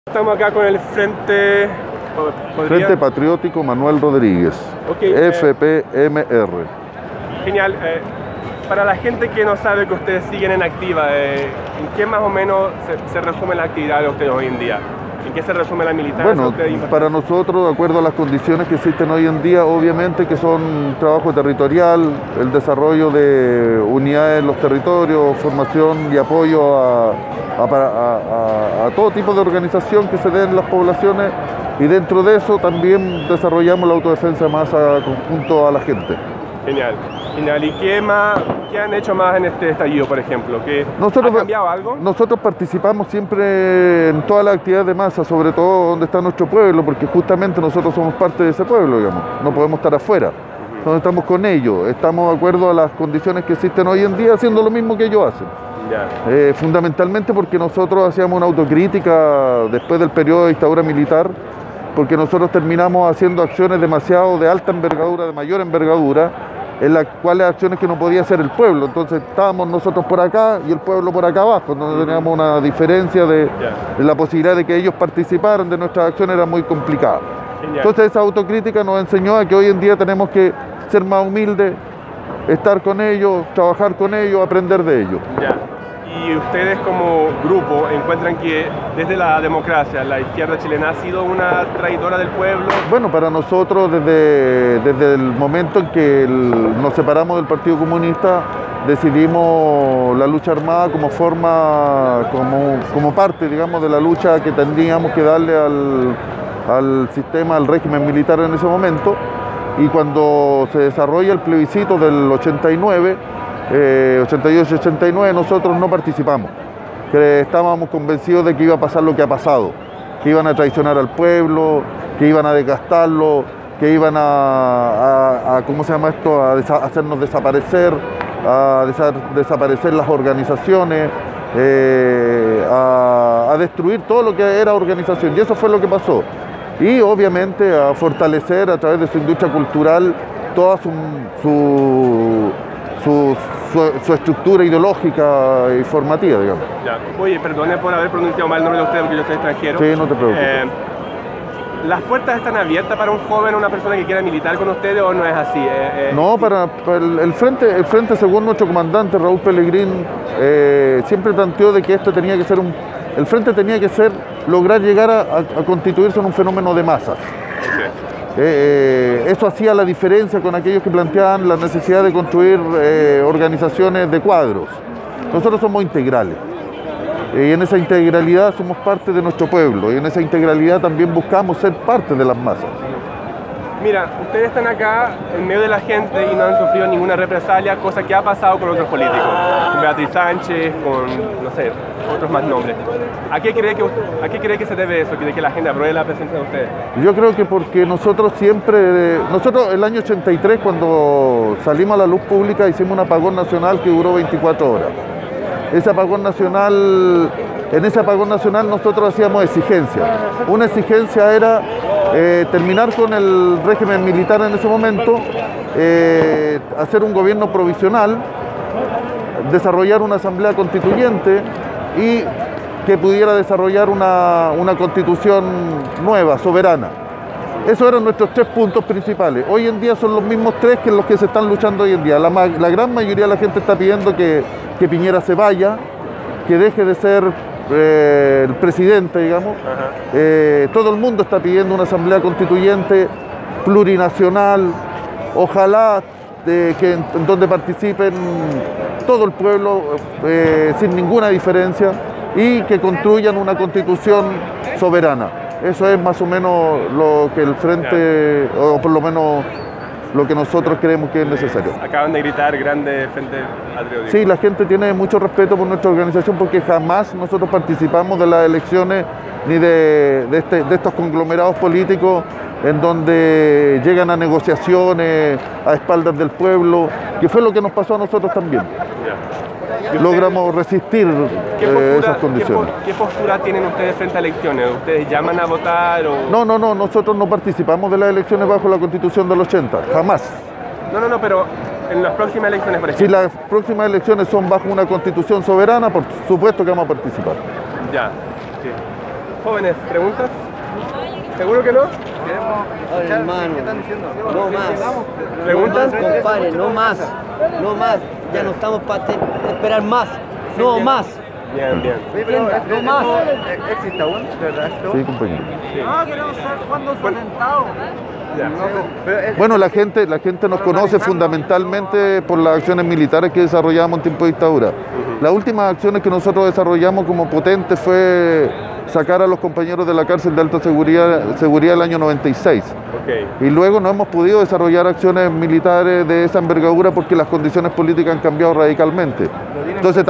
Estamos acá con el Frente Patriótico Manuel Rodríguez, okay, FPMR. Genial. Para la gente que no sabe que ustedes siguen en activa, ¿en qué más o menos se resume la actividad de ustedes hoy en día? ¿En qué se resume la militancia? Bueno, para nosotros, de acuerdo a las condiciones que existen hoy en día, obviamente que son trabajo territorial, el desarrollo de unidades en los territorios, formación y apoyo a todo tipo de organización que se dé en las poblaciones, y dentro de eso también desarrollamos la autodefensa de masa conjunto a la gente. Genial, genial. ¿Y qué han hecho más en este estallido, por ejemplo? ¿Ha cambiado algo? Nosotros participamos siempre en todas las actividades de masa, sobre todo donde está nuestro pueblo, porque justamente nosotros somos parte de ese pueblo, digamos. No podemos estar afuera. Nosotros estamos con ellos, estamos de acuerdo a las condiciones que existen hoy en día, haciendo lo mismo que ellos hacen. Fundamentalmente porque nosotros hacíamos una autocrítica después del periodo de dictadura militar, porque nosotros terminamos haciendo acciones demasiado de alta envergadura, de mayor envergadura, en las cuales acciones que no podía hacer el pueblo. Entonces estábamos nosotros por acá y el pueblo por acá abajo, entonces teníamos una diferencia de la posibilidad de que ellos participaran de nuestras acciones, era muy complicada. Entonces esa autocrítica nos enseñó a que hoy en día tenemos que ser más humildes, estar con ellos, trabajar con ellos, aprender de ellos. ¿Y ustedes como grupo encuentran que desde la democracia la izquierda chilena ha sido una traidora del pueblo? Bueno, para nosotros desde el momento en que nos separamos del Partido Comunista, decidimos la lucha armada como forma, como parte, digamos, de la lucha que tendríamos que darle al sistema, al régimen militar en ese momento. Y cuando se desarrolla el plebiscito del 89, 88-89, nosotros no participamos. Estábamos convencidos de que iba a pasar lo que ha pasado, que iban a traicionar al pueblo, que iban a desgastarlo, que iban ¿cómo se llama esto?, a hacernos desaparecer, desaparecer las organizaciones, a destruir todo lo que era organización. Y eso fue lo que pasó. Y obviamente a fortalecer a través de su industria cultural toda su estructura ideológica y formativa, digamos. Oye, perdone por haber pronunciado mal el nombre de usted, porque yo soy extranjero. Sí, no te preocupes. ¿Las puertas están abiertas para un joven o una persona que quiera militar con ustedes o no es así? No, para el frente, según nuestro comandante Raúl Pellegrín, siempre planteó de que esto tenía que ser el frente tenía que lograr llegar a constituirse en un fenómeno de masas. Eso hacía la diferencia con aquellos que planteaban la necesidad de construir organizaciones de cuadros. Nosotros somos integrales, y en esa integralidad somos parte de nuestro pueblo, y en esa integralidad también buscamos ser parte de las masas. Mira, ustedes están acá en medio de la gente y no han sufrido ninguna represalia, cosa que ha pasado con otros políticos, con Beatriz Sánchez, con, no sé, otros más nombres. ¿A qué cree que se debe eso, de que la gente apruebe la presencia de ustedes? Yo creo que porque nosotros el año 83, cuando salimos a la luz pública, hicimos un apagón nacional que duró 24 horas. En ese apagón nacional nosotros hacíamos exigencias. Una exigencia era terminar con el régimen militar en ese momento, hacer un gobierno provisional, desarrollar una asamblea constituyente y que pudiera desarrollar una constitución nueva, soberana. Esos eran nuestros 3 puntos principales. Hoy en día son los mismos 3 que los que se están luchando hoy en día. La gran mayoría de la gente está pidiendo que Piñera se vaya, que deje de ser el presidente, digamos. Todo el mundo está pidiendo una asamblea constituyente plurinacional, ojalá en donde participen todo el pueblo sin ninguna diferencia, y que construyan una constitución soberana. Eso es más o menos lo que el frente, o por lo menos lo que nosotros creemos que es necesario. Acaban de gritar grande Frente Patriótico. Sí, la gente tiene mucho respeto por nuestra organización, porque jamás nosotros participamos de las elecciones ni de estos conglomerados políticos en donde llegan a negociaciones a espaldas del pueblo, que fue lo que nos pasó a nosotros también. Logramos resistir esas condiciones. ¿Qué postura tienen ustedes frente a elecciones? ¿Ustedes llaman a votar o...? No, nosotros no participamos de las elecciones bajo la Constitución del 80, jamás. No, pero en las próximas elecciones, por ejemplo. Si las próximas elecciones son bajo una Constitución soberana, por supuesto que vamos a participar. Ya, sí. Jóvenes, ¿preguntas? ¿Seguro que no? Hermano, no más. ¿Preguntas? Compadre, no más. No más. Ya no estamos para esperar más. No más. Bien, bien. No más. ¿Existe aún? ¿De verdad? Sí, compañero. No, queremos saber cuándo fue atentado. Bueno, la gente nos conoce fundamentalmente por las acciones militares que desarrollamos en tiempo de dictadura. Las últimas acciones que nosotros desarrollamos como potentes fue sacar a los compañeros de la cárcel de alta seguridad el año 96. Okay. Y luego no hemos podido desarrollar acciones militares de esa envergadura porque las condiciones políticas han cambiado radicalmente. Entonces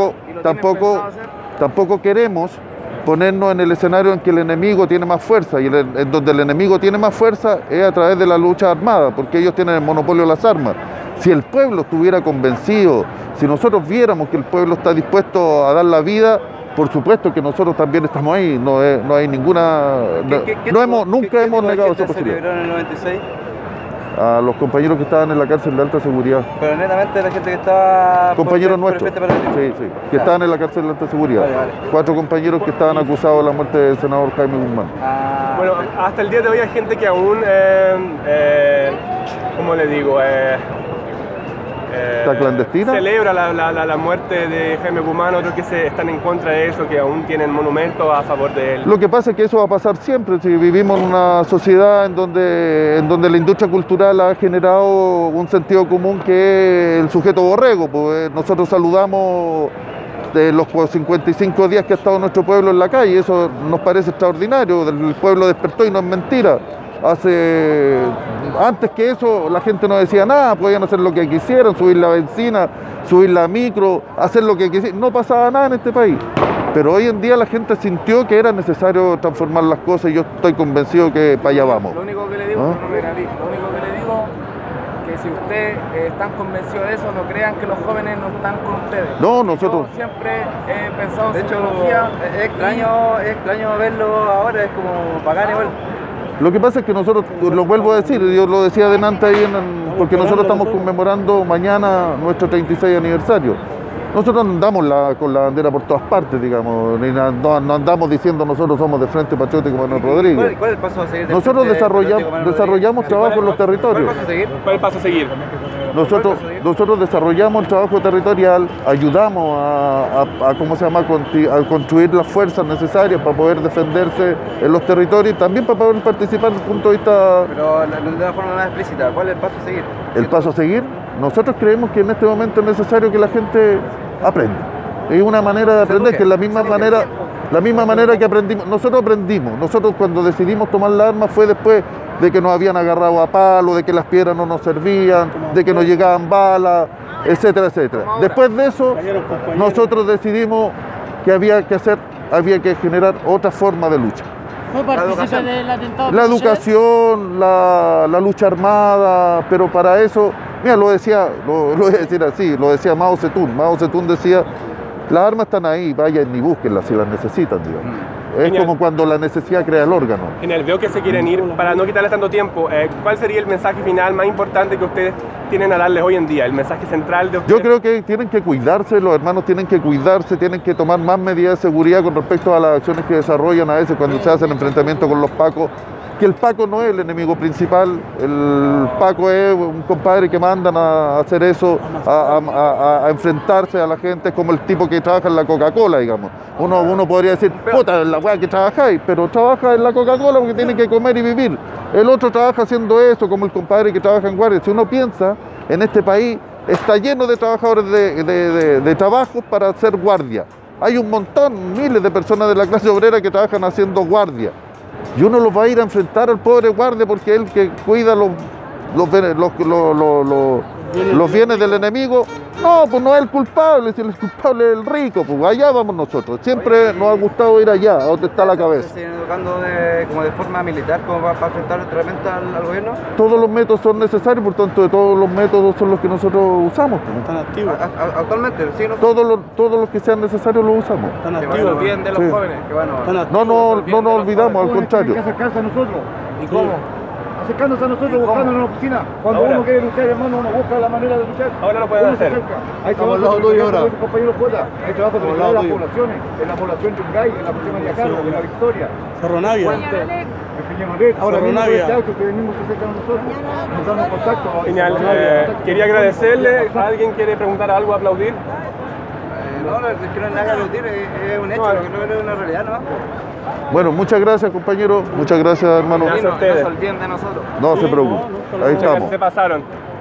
tampoco queremos ponernos en el escenario en que el enemigo tiene más fuerza, y en donde el enemigo tiene más fuerza es a través de la lucha armada, porque ellos tienen el monopolio de las armas. Si el pueblo estuviera convencido, si nosotros viéramos que el pueblo está dispuesto a dar la vida, por supuesto que nosotros también estamos ahí, no hay ninguna... Nunca hemos negado esa posibilidad. ¿Se liberó en el 96? A los compañeros que estaban en la cárcel de alta seguridad. Pero netamente la gente que estaba... Compañeros nuestros, que estaban en la cárcel de alta seguridad. Vale. 4 compañeros que estaban acusados de la muerte del senador Jaime Guzmán. Bueno, hasta el día de hoy hay gente que aún, ¿cómo le digo? ¿Está clandestina? Celebra la muerte de Jaime Guzmán, otros que están en contra de eso, que aún tienen monumentos a favor de él. Lo que pasa es que eso va a pasar siempre. Si vivimos en una sociedad en donde la industria cultural ha generado un sentido común que es el sujeto borrego. Pues nosotros saludamos de los 55 días que ha estado nuestro pueblo en la calle, eso nos parece extraordinario. El pueblo despertó y no es mentira. Antes que eso la gente no decía nada, podían hacer lo que quisieran, subir la benzina, subir la micro, hacer lo que quisieran, no pasaba nada en este país. Pero hoy en día la gente sintió que era necesario transformar las cosas y yo estoy convencido que para allá vamos. Lo único que le digo, que si ustedes están convencidos de eso, no crean que los jóvenes no están con ustedes. No, nosotros... Yo siempre he pensado De en hecho, psicología. es extraño verlo ahora, es como pagar igual. Lo que pasa es que nosotros, lo vuelvo a decir, yo lo decía delante ahí, porque nosotros estamos conmemorando mañana nuestro 36 aniversario. Nosotros no andamos con la bandera por todas partes, digamos, no andamos diciendo nosotros somos de Frente Patriótico Manuel Rodríguez. ¿Cuál es el paso a seguir? Nosotros desarrollamos trabajo en los territorios. ¿Cuál es el paso a seguir? Nosotros desarrollamos el trabajo territorial, ayudamos a construir las fuerzas necesarias para poder defenderse en los territorios y también para poder participar desde el punto de vista... Pero de una forma más explícita, ¿cuál es el paso a seguir? El paso a seguir, nosotros creemos que en este momento es necesario que la gente aprenda. Es una manera de aprender, que es la misma manera que aprendimos. Nosotros cuando decidimos tomar la arma fue después de que nos habían agarrado a palo, de que las piedras no nos servían, de que nos llegaban balas, etcétera, etcétera. Después de eso, nosotros decidimos que había que generar otra forma de lucha. ¿Fue partícipe del atentado? La educación, la lucha armada, pero para eso, mira, lo voy a decir así, lo decía Mao Zedong. Mao Zedong decía, las armas están ahí, vayan y búsquenlas si las necesitan, digamos. Es como cuando la necesidad crea el órgano. Genial, veo que se quieren ir. Para no quitarles tanto tiempo, ¿cuál sería el mensaje final más importante que ustedes tienen a darles hoy en día? El mensaje central de ustedes. Yo creo que tienen que cuidarse, los hermanos tienen que cuidarse, tienen que tomar más medidas de seguridad con respecto a las acciones que desarrollan a veces cuando se hacen enfrentamientos con los pacos. Que el Paco no es el enemigo principal, el Paco es un compadre que mandan a hacer eso, a enfrentarse a la gente, es como el tipo que trabaja en la Coca-Cola, digamos. Uno podría decir, puta, la weá que trabajáis, pero trabaja en la Coca-Cola porque tiene que comer y vivir. El otro trabaja haciendo eso, como el compadre que trabaja en guardia. Si uno piensa, en este país está lleno de trabajadores de trabajos para hacer guardia. Hay un montón, miles de personas de la clase obrera que trabajan haciendo guardia. Y uno los va a ir a enfrentar al pobre guardia porque es el que cuida los bienes del enemigo. No, pues no es el culpable, si el culpable es el rico, pues allá vamos nosotros. Siempre nos ha gustado ir allá, a donde está la cabeza. ¿Se siguen educando como de forma militar, como para enfrentar realmente al gobierno? Todos los métodos son necesarios, por tanto, de todos los métodos son los que nosotros usamos. Están activos. Actualmente, sí, ¿no? Todos los que sean necesarios los usamos. Están activos. Bien de los jóvenes, que bueno. No nos olvidamos, al contrario. ¿Y cómo? acercándose a nosotros, buscándonos en la oficina. Cuando Ahora. uno quiere luchar, hermano, uno busca la manera de luchar. Ahora lo pueden Uno se hacer. acerca. Hay trabajo de compañero Jota, hay trabajo de las poblaciones, en la población de Ungay, en la población de Mariacano, en la Victoria. Cerro Navia. En Peñalolén. Ahora mismo por este auto, ustedes mismos se acercan a nosotros, nos damos contacto. Genial. Quería agradecerle. ¿Alguien quiere preguntar algo, aplaudir? No, es que no es nada aplaudir, es un hecho, No, lo que no es una realidad, ¿no? Bueno, muchas gracias, compañero. Muchas gracias, hermano. Gracias a No ustedes. se olviden de nosotros. No se preocupe. Ahí Muchas gracias, estamos. se pasaron.